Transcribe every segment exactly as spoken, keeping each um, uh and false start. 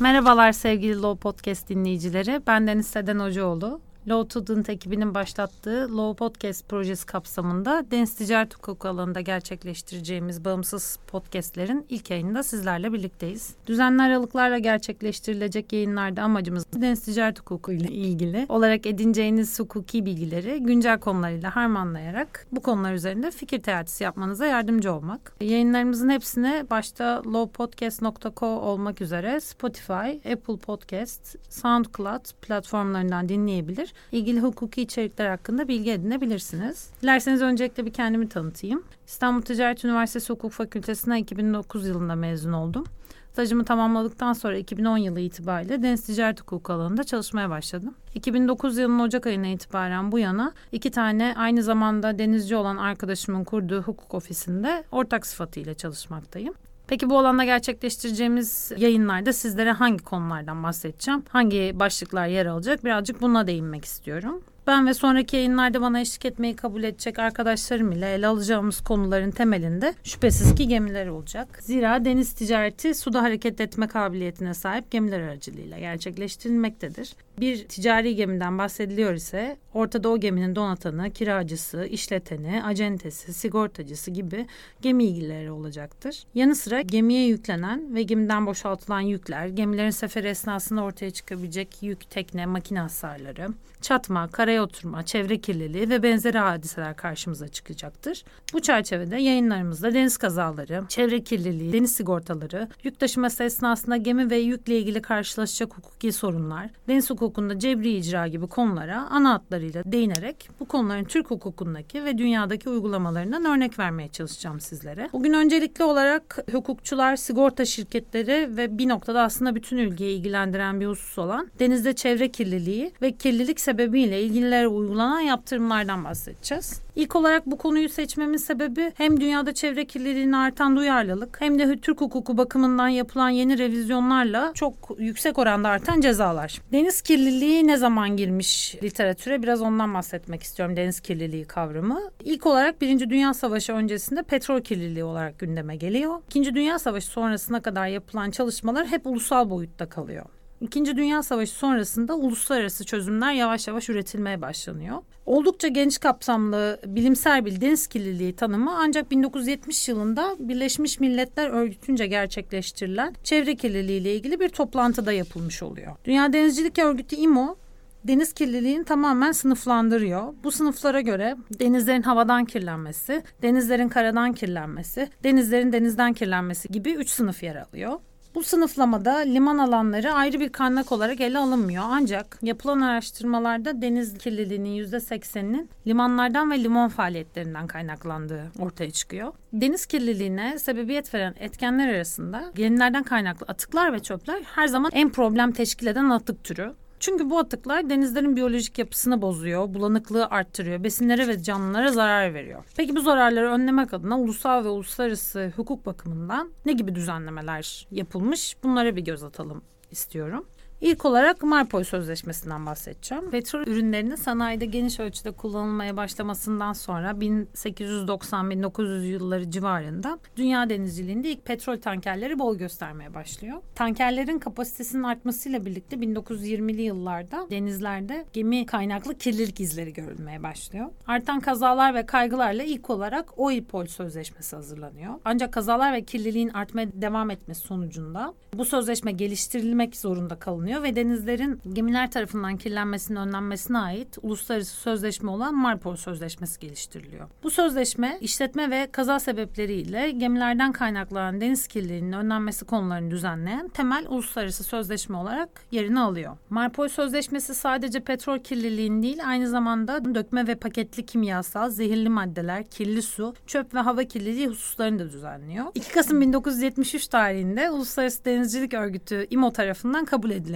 Merhabalar sevgili Law Podcast dinleyicileri. Ben Deniz Seden Hocaoğlu. Law Student ekibinin başlattığı Law Podcast projesi kapsamında deniz ticaret hukuku alanında gerçekleştireceğimiz bağımsız podcastlerin ilk yayınında sizlerle birlikteyiz. Düzenli aralıklarla gerçekleştirilecek yayınlarda amacımız deniz ticaret hukuku ile ilgili olarak edineceğiniz hukuki bilgileri güncel konularıyla harmanlayarak bu konular üzerinde fikir teatisi yapmanıza yardımcı olmak. Yayınlarımızın hepsini başta lawpodcast nokta co olmak üzere Spotify, Apple Podcast, SoundCloud platformlarından dinleyebilir. İlgili hukuki içerikler hakkında bilgi edinebilirsiniz. Dilerseniz öncelikle bir kendimi tanıtayım. İstanbul Ticaret Üniversitesi Hukuk Fakültesinden iki bin dokuz yılında mezun oldum. Stajımı tamamladıktan sonra iki bin on yılı itibariyle deniz ticaret hukuku alanında çalışmaya başladım. iki bin dokuz yılının Ocak ayına itibaren bu yana iki tane aynı zamanda denizci olan arkadaşımın kurduğu hukuk ofisinde ortak sıfatıyla çalışmaktayım. Peki bu alanda gerçekleştireceğimiz yayınlarda sizlere hangi konulardan bahsedeceğim? Hangi başlıklar yer alacak? Birazcık buna değinmek istiyorum. Ben ve sonraki yayınlarda bana eşlik etmeyi kabul edecek arkadaşlarım ile ele alacağımız konuların temelinde şüphesiz ki gemiler olacak. Zira deniz ticareti suda hareket etme kabiliyetine sahip gemiler aracılığıyla gerçekleştirilmektedir. Bir ticari gemiden bahsediliyor ise ortada o geminin donatanı, kiracısı, işleteni, acentesi, sigortacısı gibi gemi ilgileri olacaktır. Yanı sıra gemiye yüklenen ve gemiden boşaltılan yükler, gemilerin seferi esnasında ortaya çıkabilecek yük, tekne, makine hasarları, çatma, karaya oturma, çevre kirliliği ve benzeri hadiseler karşımıza çıkacaktır. Bu çerçevede yayınlarımızda deniz kazaları, çevre kirliliği, deniz sigortaları, yük taşıması esnasında gemi ve yükle ilgili karşılaşacak hukuki sorunlar, deniz hukukunda cebri icra gibi konulara ana hatlarıyla değinerek bu konuların Türk hukukundaki ve dünyadaki uygulamalarından örnek vermeye çalışacağım sizlere. Bugün öncelikli olarak hukukçular, sigorta şirketleri ve bir noktada aslında bütün ülkeyi ilgilendiren bir husus olan denizde çevre kirliliği ve kirlilik sebebiyle ilgililere uygulanan yaptırımlardan bahsedeceğiz. İlk olarak bu konuyu seçmemin sebebi hem dünyada çevre kirliliğine artan duyarlılık hem de Türk hukuku bakımından yapılan yeni revizyonlarla çok yüksek oranda artan cezalar. Deniz kirliliği ne zaman girmiş literatüre? Biraz ondan bahsetmek istiyorum, deniz kirliliği kavramı. İlk olarak Birinci Dünya Savaşı öncesinde petrol kirliliği olarak gündeme geliyor. İkinci Dünya Savaşı sonrasına kadar yapılan çalışmalar hep ulusal boyutta kalıyor. İkinci Dünya Savaşı sonrasında uluslararası çözümler yavaş yavaş üretilmeye başlanıyor. Oldukça geniş kapsamlı bilimsel bir deniz kirliliği tanımı ancak bin dokuz yüz yetmiş yılında Birleşmiş Milletler Örgütü'nce gerçekleştirilen çevre kirliliği ile ilgili bir toplantıda yapılmış oluyor. Dünya Denizcilik Örgütü I M O deniz kirliliğini tamamen sınıflandırıyor. Bu sınıflara göre denizlerin havadan kirlenmesi, denizlerin karadan kirlenmesi, denizlerin denizden kirlenmesi gibi üç sınıf yer alıyor. Bu sınıflamada liman alanları ayrı bir kaynak olarak ele alınmıyor. Ancak yapılan araştırmalarda deniz kirliliğinin yüzde sekseninin limanlardan ve limon faaliyetlerinden kaynaklandığı ortaya çıkıyor. Deniz kirliliğine sebebiyet veren etkenler arasında gemilerden kaynaklı atıklar ve çöpler her zaman en problem teşkil eden atık türü. Çünkü bu atıklar denizlerin biyolojik yapısını bozuyor, bulanıklığı arttırıyor, besinlere ve canlılara zarar veriyor. Peki bu zararları önlemek adına ulusal ve uluslararası hukuk bakımından ne gibi düzenlemeler yapılmış? Bunlara bir göz atalım istiyorum. İlk olarak Marpol Sözleşmesi'nden bahsedeceğim. Petrol ürünlerinin sanayide geniş ölçüde kullanılmaya başlamasından sonra bin sekiz yüz doksan bin dokuz yüz yılları civarında dünya denizciliğinde ilk petrol tankerleri boy göstermeye başlıyor. Tankerlerin kapasitesinin artmasıyla birlikte bin dokuz yüz yirmili yıllarda denizlerde gemi kaynaklı kirlilik izleri görülmeye başlıyor. Artan kazalar ve kaygılarla ilk olarak Oilpol Sözleşmesi hazırlanıyor. Ancak kazalar ve kirliliğin artmaya devam etmesi sonucunda bu sözleşme geliştirilmek zorunda kalınıyor ve denizlerin gemiler tarafından kirlenmesinin önlenmesine ait uluslararası sözleşme olan Marpol Sözleşmesi geliştiriliyor. Bu sözleşme işletme ve kaza sebepleriyle gemilerden kaynaklanan deniz kirliliğinin önlenmesi konularını düzenleyen temel uluslararası sözleşme olarak yerini alıyor. Marpol Sözleşmesi sadece petrol kirliliğini değil, aynı zamanda dökme ve paketli kimyasal, zehirli maddeler, kirli su, çöp ve hava kirliliği hususlarını da düzenliyor. iki Kasım bin dokuz yüz yetmiş üç tarihinde Uluslararası Denizcilik Örgütü I M O tarafından kabul ediliyor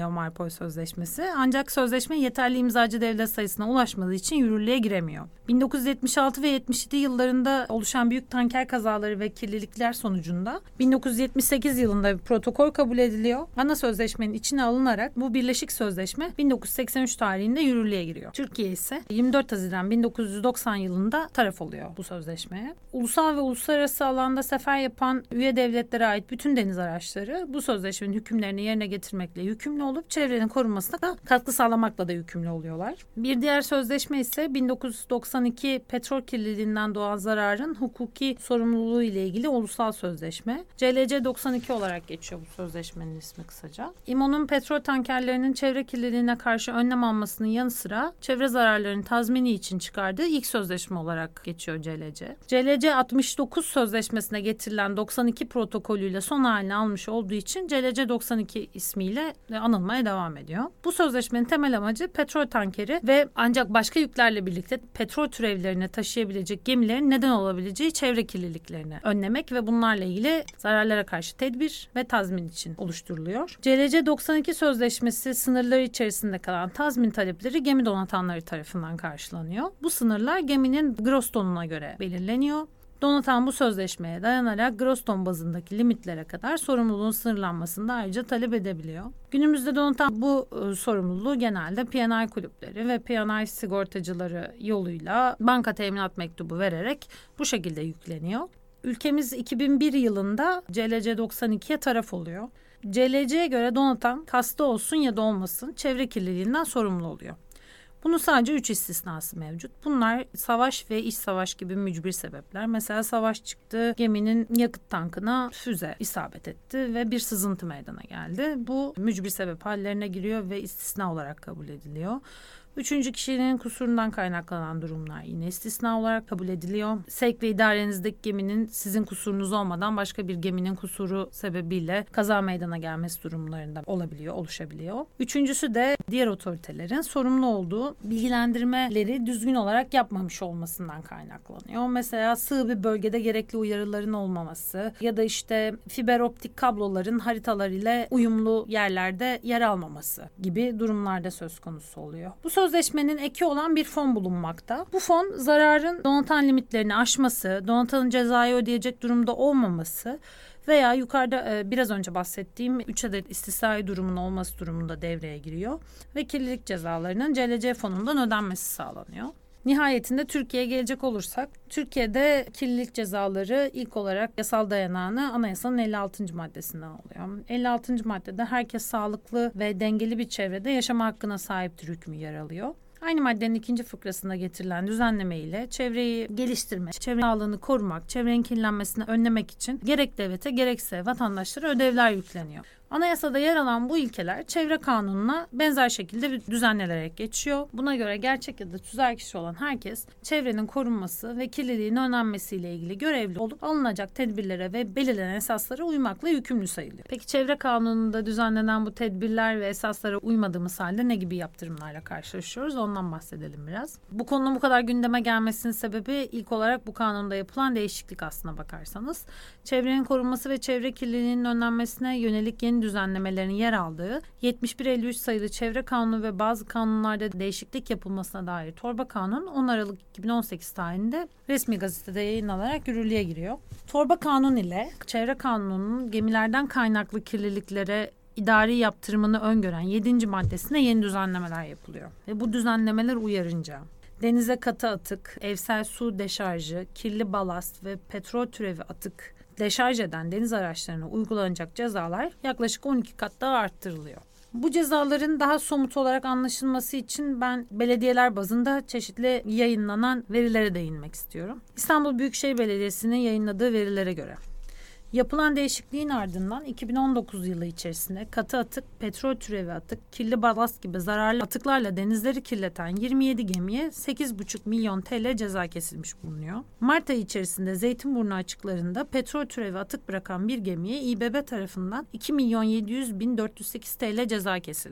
tanımlıyor Marpol Sözleşmesi. Ancak sözleşme yeterli imzacı devlet sayısına ulaşmadığı için yürürlüğe giremiyor. bin dokuz yüz yetmiş altı ve yetmiş yedi yıllarında oluşan büyük tanker kazaları ve kirlilikler sonucunda bin dokuz yüz yetmiş sekiz yılında bir protokol kabul ediliyor. Ana sözleşmenin içine alınarak bu birleşik sözleşme bin dokuz yüz seksen üç tarihinde yürürlüğe giriyor. Türkiye ise yirmi dört Haziran bin dokuz yüz doksan yılında taraf oluyor bu sözleşmeye. Ulusal ve uluslararası alanda sefer yapan üye devletlere ait bütün deniz araçları bu sözleşmenin hükümlerini yerine getirmekle yükümlü olup çevrenin korunmasına da katkı sağlamakla da yükümlü oluyorlar. Bir diğer sözleşme ise bin dokuz yüz doksan iki petrol kirliliğinden doğan zararın hukuki sorumluluğu ile ilgili ulusal sözleşme. C L C doksan iki olarak geçiyor bu sözleşmenin ismi kısaca. İ M O'nun petrol tankerlerinin çevre kirliliğine karşı önlem almasının yanı sıra çevre zararlarının tazmini için çıkardığı ilk sözleşme olarak geçiyor C L C. C L C altmış dokuz sözleşmesine getirilen doksan iki protokolüyle son halini almış olduğu için C L C doksan iki ismiyle anılmaya devam ediyor. Bu sözleşmenin temel amacı petrol tankeri ve ancak başka yüklerle birlikte petrol türevlerini taşıyabilecek gemilerin neden olabileceği çevre kirliliklerini önlemek ve bunlarla ilgili zararlara karşı tedbir ve tazmin için oluşturuluyor. C L C doksan iki sözleşmesi sınırları içerisinde kalan tazmin talepleri gemi donatanları tarafından karşılanıyor. Bu sınırlar geminin gross tonuna göre belirleniyor. Donatan bu sözleşmeye dayanarak gross ton bazındaki limitlere kadar sorumluluğun sınırlanmasını da ayrıca talep edebiliyor. Günümüzde donatan bu e, sorumluluğu genelde P and I kulüpleri ve P and I sigortacıları yoluyla banka teminat mektubu vererek bu şekilde yükleniyor. Ülkemiz iki bin bir yılında C L C doksan ikiye taraf oluyor. C L C'ye göre donatan kastı olsun ya da olmasın çevre kirliliğinden sorumlu oluyor. Bunun sadece üç istisnası mevcut. Bunlar savaş ve iç savaş gibi mücbir sebepler. Mesela savaş çıktı, geminin yakıt tankına füze isabet etti ve bir sızıntı meydana geldi. Bu mücbir sebep hallerine giriyor ve istisna olarak kabul ediliyor. Üçüncü kişinin kusurundan kaynaklanan durumlar yine istisna olarak kabul ediliyor. Sevk ve idarenizdeki geminin sizin kusurunuz olmadan başka bir geminin kusuru sebebiyle kaza meydana gelmesi durumlarında olabiliyor, oluşabiliyor. Üçüncüsü de diğer otoritelerin sorumlu olduğu bilgilendirmeleri düzgün olarak yapmamış olmasından kaynaklanıyor. Mesela sığ bir bölgede gerekli uyarıların olmaması ya da işte fiber optik kabloların haritalar ile uyumlu yerlerde yer almaması gibi durumlarda söz konusu oluyor. Bu söz Sözleşmenin eki olan bir fon bulunmakta. Bu fon zararın donatan limitlerini aşması, donatanın cezayı ödeyecek durumda olmaması veya yukarıda e, biraz önce bahsettiğim üç adet istisnai durumun olması durumunda devreye giriyor ve kirlilik cezalarının C L C fonundan ödenmesi sağlanıyor. Nihayetinde Türkiye'ye gelecek olursak, Türkiye'de kirlilik cezaları ilk olarak yasal dayanağını anayasanın elli altıncı maddesinden alıyor. elli altıncı maddede herkes sağlıklı ve dengeli bir çevrede yaşama hakkına sahiptir hükmü yer alıyor. Aynı maddenin ikinci fıkrasında getirilen düzenleme ile çevreyi geliştirmek, çevre sağlığını korumak, çevrenin kirlenmesini önlemek için gerek devlete gerekse vatandaşlara ödevler yükleniyor. Anayasada yer alan bu ilkeler çevre kanununa benzer şekilde düzenlenerek geçiyor. Buna göre gerçek ya da tüzel kişi olan herkes çevrenin korunması ve kirliliğin önlenmesiyle ilgili görevli olup alınacak tedbirlere ve belirlenen esaslara uymakla yükümlü sayılıyor. Peki çevre kanununda düzenlenen bu tedbirler ve esaslara uymadığımız halde ne gibi yaptırımlarla karşılaşıyoruz? Ondan bahsedelim biraz. Bu konunun bu kadar gündeme gelmesinin sebebi ilk olarak bu kanunda yapılan değişiklik aslına bakarsanız. Çevrenin korunması ve çevre kirliliğinin önlenmesine yönelik yeni düzenlemelerin yer aldığı yetmiş bir elli üç sayılı Çevre Kanunu ve bazı kanunlarda değişiklik yapılmasına dair Torba Kanun on Aralık iki bin on sekiz tarihinde resmi gazetede yayınlanarak yürürlüğe giriyor. Torba Kanun ile Çevre Kanunu'nun gemilerden kaynaklı kirliliklere idari yaptırımını öngören yedinci maddesine yeni düzenlemeler yapılıyor. Ve bu düzenlemeler uyarınca denize katı atık, evsel su deşarjı, kirli balast ve petrol türevi atık deşarj eden deniz araçlarına uygulanacak cezalar yaklaşık on iki kat daha arttırılıyor. Bu cezaların daha somut olarak anlaşılması için ben belediyeler bazında çeşitli yayınlanan verilere değinmek istiyorum. İstanbul Büyükşehir Belediyesi'nin yayınladığı verilere göre yapılan değişikliğin ardından iki bin on dokuz yılı içerisinde katı atık, petrol türevi atık, kirli balast gibi zararlı atıklarla denizleri kirleten yirmi yedi gemiye sekiz buçuk milyon T L ceza kesilmiş bulunuyor. Mart ayı içerisinde Zeytinburnu açıklarında petrol türevi atık bırakan bir gemiye İ B B tarafından iki milyon yedi yüz bin dört yüz sekiz T L ceza kesildi.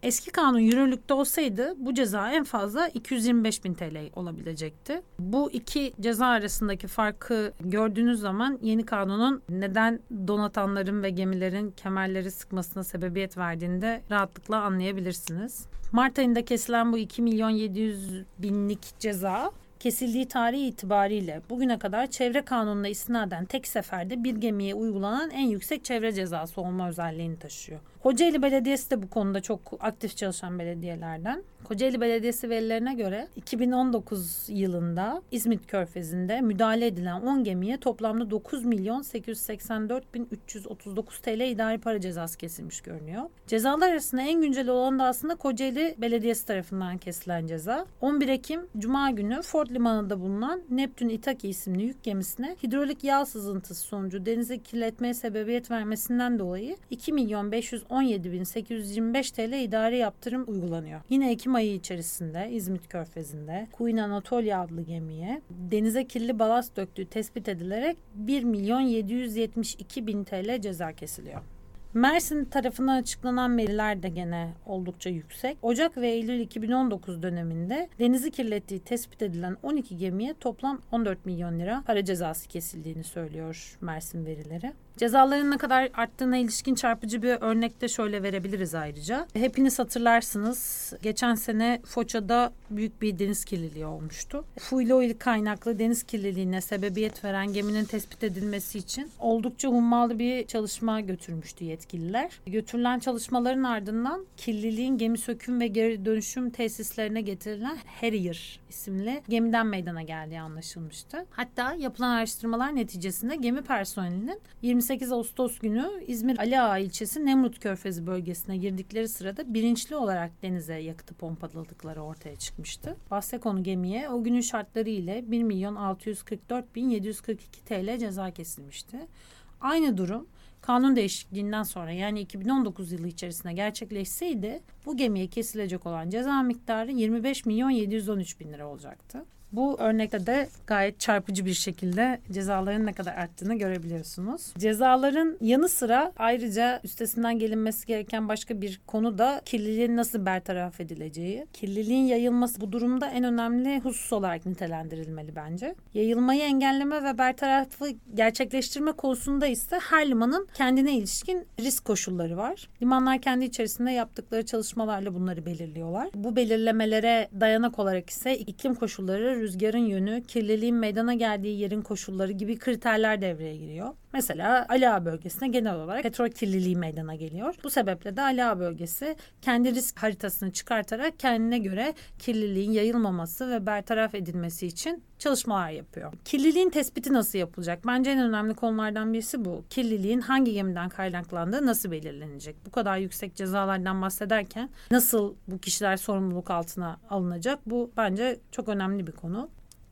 Eski kanun yürürlükte olsaydı bu ceza en fazla iki yüz yirmi beş bin T L olabilecekti. Bu iki ceza arasındaki farkı gördüğünüz zaman yeni kanunun neden donatanların ve gemilerin kemerleri sıkmasına sebebiyet verdiğini de rahatlıkla anlayabilirsiniz. Mart ayında kesilen bu iki milyon yedi yüz binlik ceza kesildiği tarih itibariyle bugüne kadar çevre kanununa istinaden tek seferde bir gemiye uygulanan en yüksek çevre cezası olma özelliğini taşıyor. Kocaeli Belediyesi de bu konuda çok aktif çalışan belediyelerden. Kocaeli Belediyesi verilerine göre iki bin on dokuz yılında İzmit Körfezi'nde müdahale edilen on gemiye toplamda dokuz milyon sekiz yüz seksen dört bin üç yüz otuz dokuz T L idari para cezası kesilmiş görünüyor. Cezalar arasında en güncel olan da aslında Kocaeli Belediyesi tarafından kesilen ceza. on bir Ekim Cuma günü Fort Limanı'nda bulunan Neptün Itaki isimli yük gemisine hidrolik yağ sızıntısı sonucu denize kirletmeye sebebiyet vermesinden dolayı iki milyon beş yüz on yedi bin sekiz yüz yirmi beş T L idari yaptırım uygulanıyor. Yine Ekim ayı içerisinde İzmit Körfezi'nde Queen Anatolia adlı gemiye denize kirli balast döktüğü tespit edilerek bir milyon yedi yüz yetmiş iki bin T L ceza kesiliyor. Mersin tarafından açıklanan veriler de gene oldukça yüksek. Ocak ve Eylül iki bin on dokuz döneminde denizi kirlettiği tespit edilen on iki gemiye toplam on dört milyon lira para cezası kesildiğini söylüyor Mersin verileri. Cezaların ne kadar arttığına ilişkin çarpıcı bir örnek de şöyle verebiliriz ayrıca. Hepiniz hatırlarsınız. Geçen sene Foça'da büyük bir deniz kirliliği olmuştu. Fuel oil kaynaklı deniz kirliliğine sebebiyet veren geminin tespit edilmesi için oldukça hummalı bir çalışma götürmüştü yetkililer. Götürülen çalışmaların ardından kirliliğin gemi söküm ve geri dönüşüm tesislerine getirilen Harrier isimli gemiden meydana geldiği anlaşılmıştı. Hatta yapılan araştırmalar neticesinde gemi personelinin yirmi sekiz Ağustos günü İzmir Ali Ağa ilçesi Nemrut Körfezi bölgesine girdikleri sırada bilinçli olarak denize yakıtı pompaladıkları ortaya çıkmıştı. Bahse konu gemiye o günün şartları ile bir milyon altı yüz kırk dört bin yedi yüz kırk iki T L ceza kesilmişti. Aynı durum kanun değişikliğinden sonra yani iki bin on dokuz yılı içerisinde gerçekleşseydi bu gemiye kesilecek olan ceza miktarı yirmi beş milyon yedi yüz on üç bin lira olacaktı. Bu örnekte de gayet çarpıcı bir şekilde cezaların ne kadar arttığını görebiliyorsunuz. Cezaların yanı sıra ayrıca üstesinden gelinmesi gereken başka bir konu da kirliliğin nasıl bertaraf edileceği. Kirliliğin yayılması bu durumda en önemli husus olarak nitelendirilmeli bence. Yayılmayı engelleme ve bertarafı gerçekleştirme konusunda ise her limanın kendine ilişkin risk koşulları var. Limanlar kendi içerisinde yaptıkları çalışmalarla bunları belirliyorlar. Bu belirlemelere dayanak olarak ise iklim koşulları, rüzgarın yönü, kirliliğin meydana geldiği yerin koşulları gibi kriterler devreye giriyor. Mesela Ali Ağa bölgesine genel olarak petrol kirliliği meydana geliyor. Bu sebeple de Ali Ağa bölgesi kendi risk haritasını çıkartarak kendine göre kirliliğin yayılmaması ve bertaraf edilmesi için çalışmalar yapıyor. Kirliliğin tespiti nasıl yapılacak? Bence en önemli konulardan birisi bu. Kirliliğin hangi gemiden kaynaklandığı nasıl belirlenecek? Bu kadar yüksek cezalardan bahsederken nasıl bu kişiler sorumluluk altına alınacak? Bu bence çok önemli bir konu.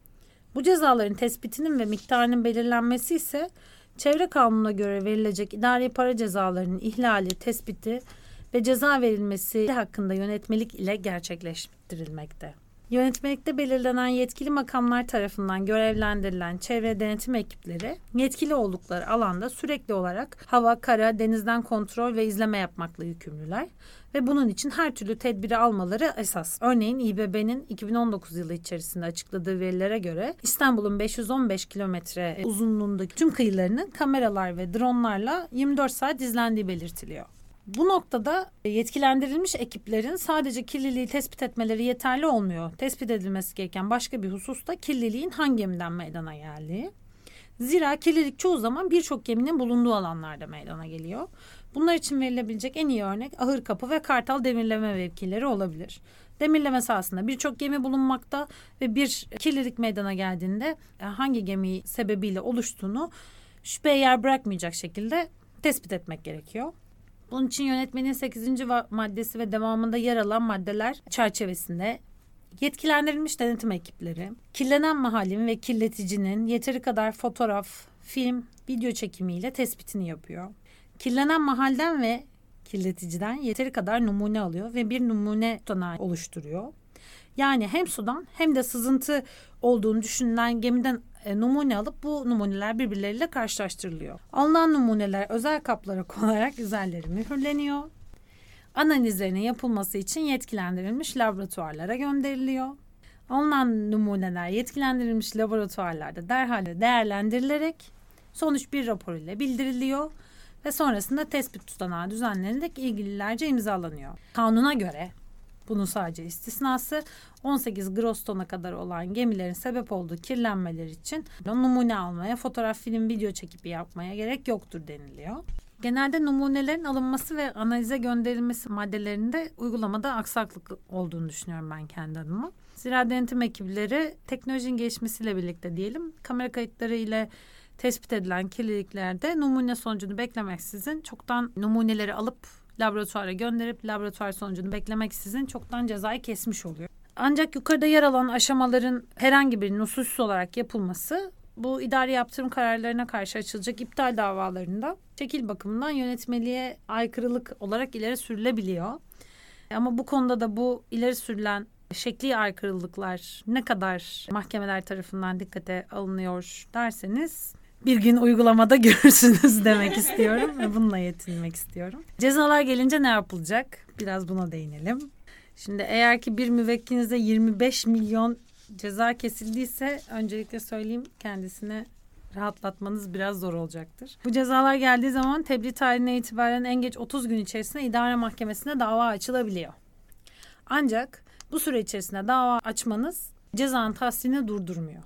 Bu cezaların tespitinin ve miktarının belirlenmesi ise Çevre Kanunu'na göre verilecek idari para cezalarının ihlali, tespiti ve ceza verilmesi hakkında yönetmelik ile gerçekleştirilmekte. Yönetmelikte belirlenen yetkili makamlar tarafından görevlendirilen çevre denetim ekipleri yetkili oldukları alanda sürekli olarak hava, kara, denizden kontrol ve izleme yapmakla yükümlüler ve bunun için her türlü tedbiri almaları esas. Örneğin İ B B'nin iki bin on dokuz yılı içerisinde açıkladığı verilere göre İstanbul'un beş yüz on beş kilometre uzunluğundaki tüm kıyılarının kameralar ve dronlarla yirmi dört saat izlendiği belirtiliyor. Bu noktada yetkilendirilmiş ekiplerin sadece kirliliği tespit etmeleri yeterli olmuyor. Tespit edilmesi gereken başka bir husus da kirliliğin hangi gemiden meydana geldiği. Zira kirlilik çoğu zaman birçok geminin bulunduğu alanlarda meydana geliyor. Bunlar için verilebilecek en iyi örnek Ahırkapı ve Kartal demirleme mevkileri olabilir. Demirleme sahasında birçok gemi bulunmakta ve bir kirlilik meydana geldiğinde hangi gemi sebebiyle oluştuğunu şüpheye yer bırakmayacak şekilde tespit etmek gerekiyor. Bunun için yönetmenin sekizinci maddesi ve devamında yer alan maddeler çerçevesinde yetkilendirilmiş denetim ekipleri, kirlenen mahallin ve kirleticinin yeteri kadar fotoğraf, film, video çekimiyle tespitini yapıyor. Kirlenen mahalden ve kirleticiden yeteri kadar numune alıyor ve bir numune tutanağı oluşturuyor. Yani hem sudan hem de sızıntı olduğunu düşünülen gemiden e, numune alıp bu numuneler birbirleriyle karşılaştırılıyor. Alınan numuneler özel kaplara konularak üzerleri mühürleniyor. analizlerinin yapılması için yetkilendirilmiş laboratuvarlara gönderiliyor. Alınan numuneler yetkilendirilmiş laboratuvarlarda derhal değerlendirilerek sonuç bir rapor ile bildiriliyor ve sonrasında tespit tutanağı düzenlenerek ilgililerce imzalanıyor. Kanuna göre bunun sadece istisnası on sekiz gross tona kadar olan gemilerin sebep olduğu kirlenmeler için numune almaya, fotoğraf, film, video çekip yapmaya gerek yoktur deniliyor. Genelde numunelerin alınması ve analize gönderilmesi maddelerinde uygulamada aksaklık olduğunu düşünüyorum ben kendi adıma. Zira denetim ekipleri teknolojinin gelişmesiyle birlikte diyelim kamera kayıtları ile tespit edilen kirliliklerde numune sonucunu beklemeksizin çoktan numuneleri alıp laboratuvara gönderip laboratuvar sonucunu beklemeksizin çoktan cezayı kesmiş oluyor. Ancak yukarıda yer alan aşamaların herhangi birinin usulsüz olarak yapılması bu idari yaptırım kararlarına karşı açılacak iptal davalarında şekil bakımından yönetmeliğe aykırılık olarak ileri sürülebiliyor. Ama bu konuda da bu ileri sürülen şekli aykırılıklar ne kadar mahkemeler tarafından dikkate alınıyor derseniz bir gün uygulamada görürsünüz demek istiyorum ve bununla yetinmek istiyorum. Cezalar gelince ne yapılacak? Biraz buna değinelim. Şimdi eğer ki bir müvekkilinize yirmi beş milyon ceza kesildiyse öncelikle söyleyeyim kendisine rahatlatmanız biraz zor olacaktır. Bu cezalar geldiği zaman tebliğ tarihine itibaren en geç otuz gün içerisinde idare mahkemesine dava açılabiliyor. Ancak bu süre içerisinde dava açmanız cezanın tahsilini durdurmuyor.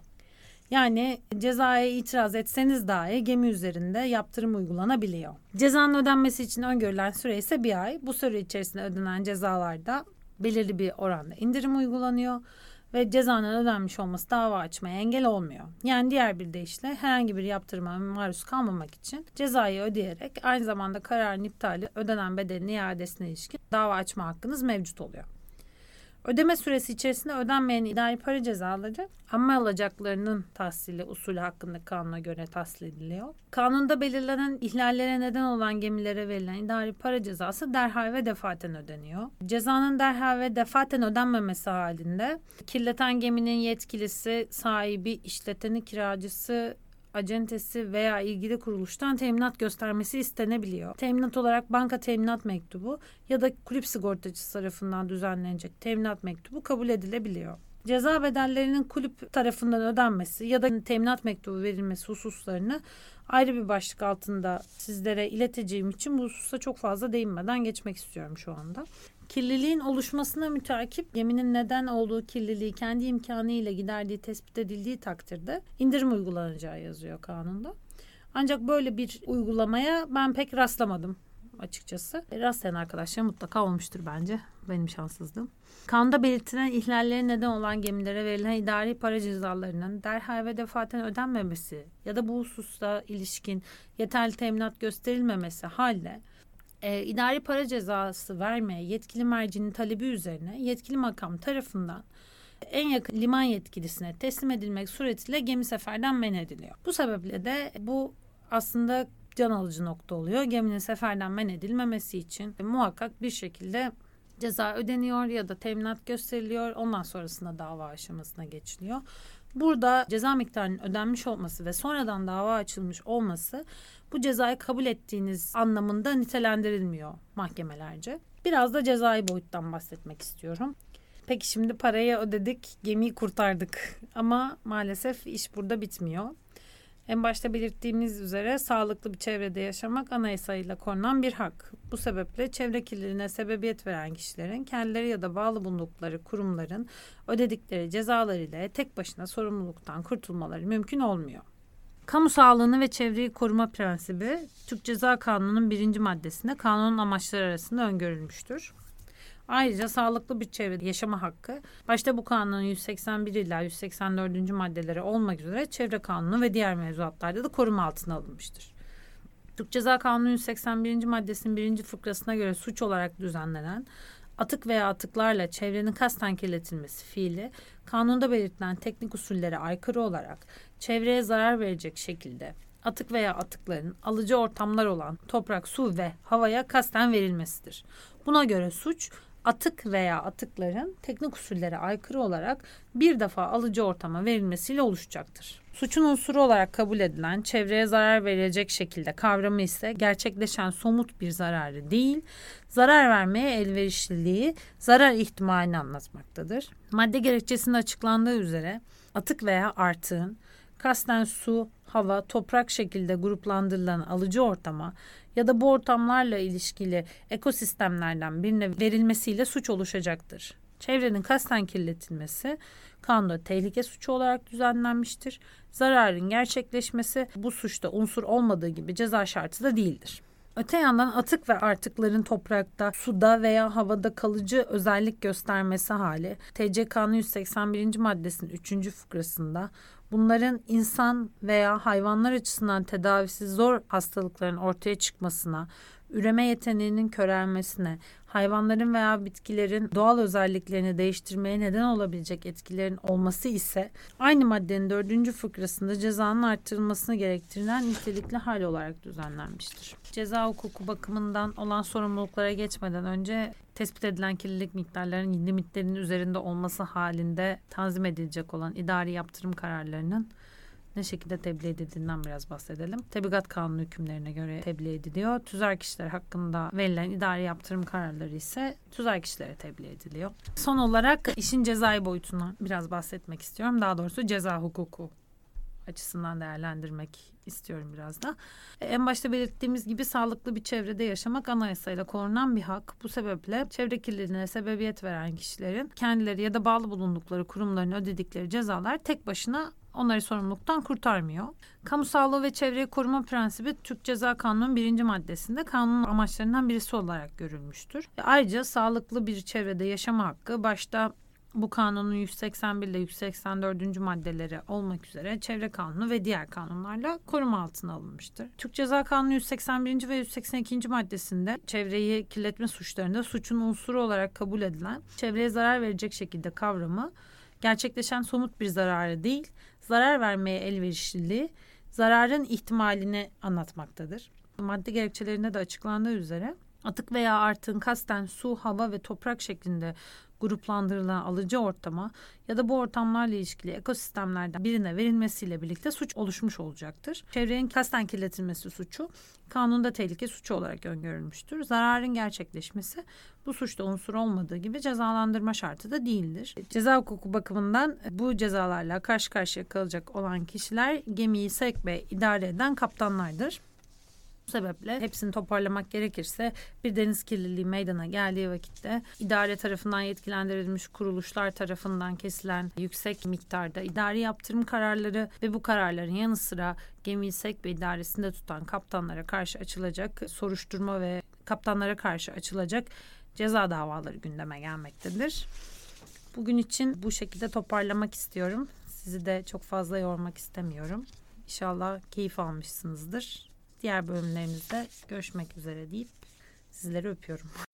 Yani cezaya itiraz etseniz dahi gemi üzerinde yaptırım uygulanabiliyor. Cezanın ödenmesi için öngörülen süre ise bir ay. Bu süre içerisinde ödenen cezalarda belirli bir oranda indirim uygulanıyor ve cezanın ödenmiş olması dava açmaya engel olmuyor. Yani diğer bir deyişle herhangi bir yaptırıma maruz kalmamak için cezayı ödeyerek aynı zamanda kararın iptali, ödenen bedelin iadesine ilişkin dava açma hakkınız mevcut oluyor. Ödeme süresi içerisinde ödenmeyen idari para cezaları amma alacaklarının tahsili usulü hakkında kanuna göre tahsil ediliyor. Kanunda belirlenen ihlallere neden olan gemilere verilen idari para cezası derhal ve defaten ödeniyor. Cezanın derhal ve defaten ödenmemesi halinde kirleten geminin yetkilisi, sahibi, işleteni, kiracısı, acentesi veya ilgili kuruluştan teminat göstermesi istenebiliyor. Teminat olarak banka teminat mektubu ya da kulüp sigortacısı tarafından düzenlenecek teminat mektubu kabul edilebiliyor. Ceza bedellerinin kulüp tarafından ödenmesi ya da teminat mektubu verilmesi hususlarını ayrı bir başlık altında sizlere ileteceğim için bu hususa çok fazla değinmeden geçmek istiyorum şu anda. Kirliliğin oluşmasına müteakip geminin neden olduğu kirliliği kendi imkanıyla giderdiği tespit edildiği takdirde indirim uygulanacağı yazıyor kanunda. Ancak böyle bir uygulamaya ben pek rastlamadım açıkçası. Rastlayan arkadaşlar mutlaka olmuştur bence. Benim şanssızlığım. Kanunda belirtilen ihlallerin neden olan gemilere verilen idari para cezalarının derhal ve defaten ödenmemesi ya da bu hususta ilişkin yeterli teminat gösterilmemesi halde E, idari para cezası vermeye yetkili mercinin talebi üzerine yetkili makam tarafından en yakın liman yetkilisine teslim edilmek suretiyle gemi seferden men ediliyor. Bu sebeple de bu aslında can alıcı nokta oluyor. Geminin seferden men edilmemesi için e, muhakkak bir şekilde ceza ödeniyor ya da teminat gösteriliyor. Ondan sonrasında dava aşamasına geçiliyor. Burada ceza miktarının ödenmiş olması ve sonradan dava açılmış olması bu cezayı kabul ettiğiniz anlamında nitelendirilmiyor mahkemelerce. Biraz da cezai boyuttan bahsetmek istiyorum. Peki şimdi parayı ödedik, gemiyi kurtardık ama maalesef iş burada bitmiyor. En başta belirttiğimiz üzere sağlıklı bir çevrede yaşamak anayasayla korunan bir hak. Bu sebeple çevre kirliliğine sebebiyet veren kişilerin kendileri ya da bağlı bulundukları kurumların ödedikleri cezalar ile tek başına sorumluluktan kurtulmaları mümkün olmuyor. Kamu sağlığını ve çevreyi koruma prensibi Türk Ceza Kanunu'nun birinci maddesinde kanunun amaçları arasında öngörülmüştür. Ayrıca sağlıklı bir çevrede yaşama hakkı başta bu kanunun yüz seksen bir ila yüz seksen dördüncü maddeleri olmak üzere çevre kanunu ve diğer mevzuatlarda da koruma altına alınmıştır. Türk Ceza Kanunu yüz seksen birinci maddesinin birinci fıkrasına göre suç olarak düzenlenen atık veya atıklarla çevrenin kasten kirletilmesi fiili kanunda belirtilen teknik usullere aykırı olarak çevreye zarar verecek şekilde atık veya atıkların alıcı ortamlar olan toprak, su ve havaya kasten verilmesidir. Buna göre suç atık veya atıkların teknik usullere aykırı olarak bir defa alıcı ortama verilmesiyle oluşacaktır. Suçun unsuru olarak kabul edilen çevreye zarar verecek şekilde kavramı ise gerçekleşen somut bir zararı değil, zarar vermeye elverişliliği, zarar ihtimalini anlatmaktadır. Madde gerekçesinde açıklandığı üzere atık veya artığın kasten su, hava, toprak şekilde gruplandırılan alıcı ortama ya da bu ortamlarla ilişkili ekosistemlerden birine verilmesiyle suç oluşacaktır. Çevrenin kasten kirletilmesi kanunda tehlike suçu olarak düzenlenmiştir. Zararın gerçekleşmesi bu suçta unsur olmadığı gibi ceza şartı da değildir. Öte yandan atık ve artıkların toprakta, suda veya havada kalıcı özellik göstermesi hali T C K'nın yüz seksen birinci maddesinin üçüncü fıkrasında bunların insan veya hayvanlar açısından tedavisi zor hastalıkların ortaya çıkmasına, üreme yeteneğinin körelmesine, hayvanların veya bitkilerin doğal özelliklerini değiştirmeye neden olabilecek etkilerin olması ise aynı maddenin dördüncü fıkrasında cezanın artırılmasını gerektiren nitelikli hal olarak düzenlenmiştir. Ceza hukuku bakımından olan sorumluluklara geçmeden önce tespit edilen kirlilik miktarlarının limitlerinin üzerinde olması halinde tanzim edilecek olan idari yaptırım kararlarının ne şekilde tebliğ edildiğinden biraz bahsedelim. Tebligat kanunu hükümlerine göre tebliğ ediliyor. Tüzel kişiler hakkında verilen idari yaptırım kararları ise tüzel kişilere tebliğ ediliyor. Son olarak işin cezai boyutundan biraz bahsetmek istiyorum. Daha doğrusu ceza hukuku açısından değerlendirmek istiyorum biraz da. En başta belirttiğimiz gibi sağlıklı bir çevrede yaşamak anayasayla korunan bir hak. Bu sebeple çevre kirliliğine sebebiyet veren kişilerin kendileri ya da bağlı bulundukları kurumların ödedikleri cezalar tek başına onları sorumluluktan kurtarmıyor. Kamu sağlığı ve çevreyi koruma prensibi Türk Ceza Kanunu'nun birinci maddesinde kanunun amaçlarından birisi olarak görülmüştür. Ayrıca sağlıklı bir çevrede yaşama hakkı başta bu kanunun yüz seksen bir ile yüz seksen dördüncü maddeleri olmak üzere çevre kanunu ve diğer kanunlarla koruma altına alınmıştır. Türk Ceza Kanunu yüz seksen birinci ve yüz seksen ikinci maddesinde çevreyi kirletme suçlarında suçun unsuru olarak kabul edilen çevreye zarar verecek şekilde kavramı gerçekleşen somut bir zararı değil, zarar vermeye elverişliliği, zararın ihtimalini anlatmaktadır. Madde gerekçelerinde de açıklandığı üzere atık veya artığın kasten su, hava ve toprak şeklinde gruplandırılan alıcı ortama ya da bu ortamlarla ilişkili ekosistemlerden birine verilmesiyle birlikte suç oluşmuş olacaktır. Çevrenin kasten kirletilmesi suçu kanunda tehlike suçu olarak öngörülmüştür. Zararın gerçekleşmesi bu suçta unsur olmadığı gibi cezalandırma şartı da değildir. Ceza hukuku bakımından bu cezalarla karşı karşıya kalacak olan kişiler gemiyi sevk ve idare eden kaptanlardır. Bu sebeple hepsini toparlamak gerekirse bir deniz kirliliği meydana geldiği vakitte idare tarafından yetkilendirilmiş kuruluşlar tarafından kesilen yüksek miktarda idari yaptırım kararları ve bu kararların yanı sıra gemiyi sevk ve idaresinde tutan kaptanlara karşı açılacak soruşturma ve kaptanlara karşı açılacak ceza davaları gündeme gelmektedir. Bugün için bu şekilde toparlamak istiyorum. Sizi de çok fazla yormak istemiyorum. İnşallah keyif almışsınızdır. Diğer bölümlerimizde görüşmek üzere deyip sizleri öpüyorum.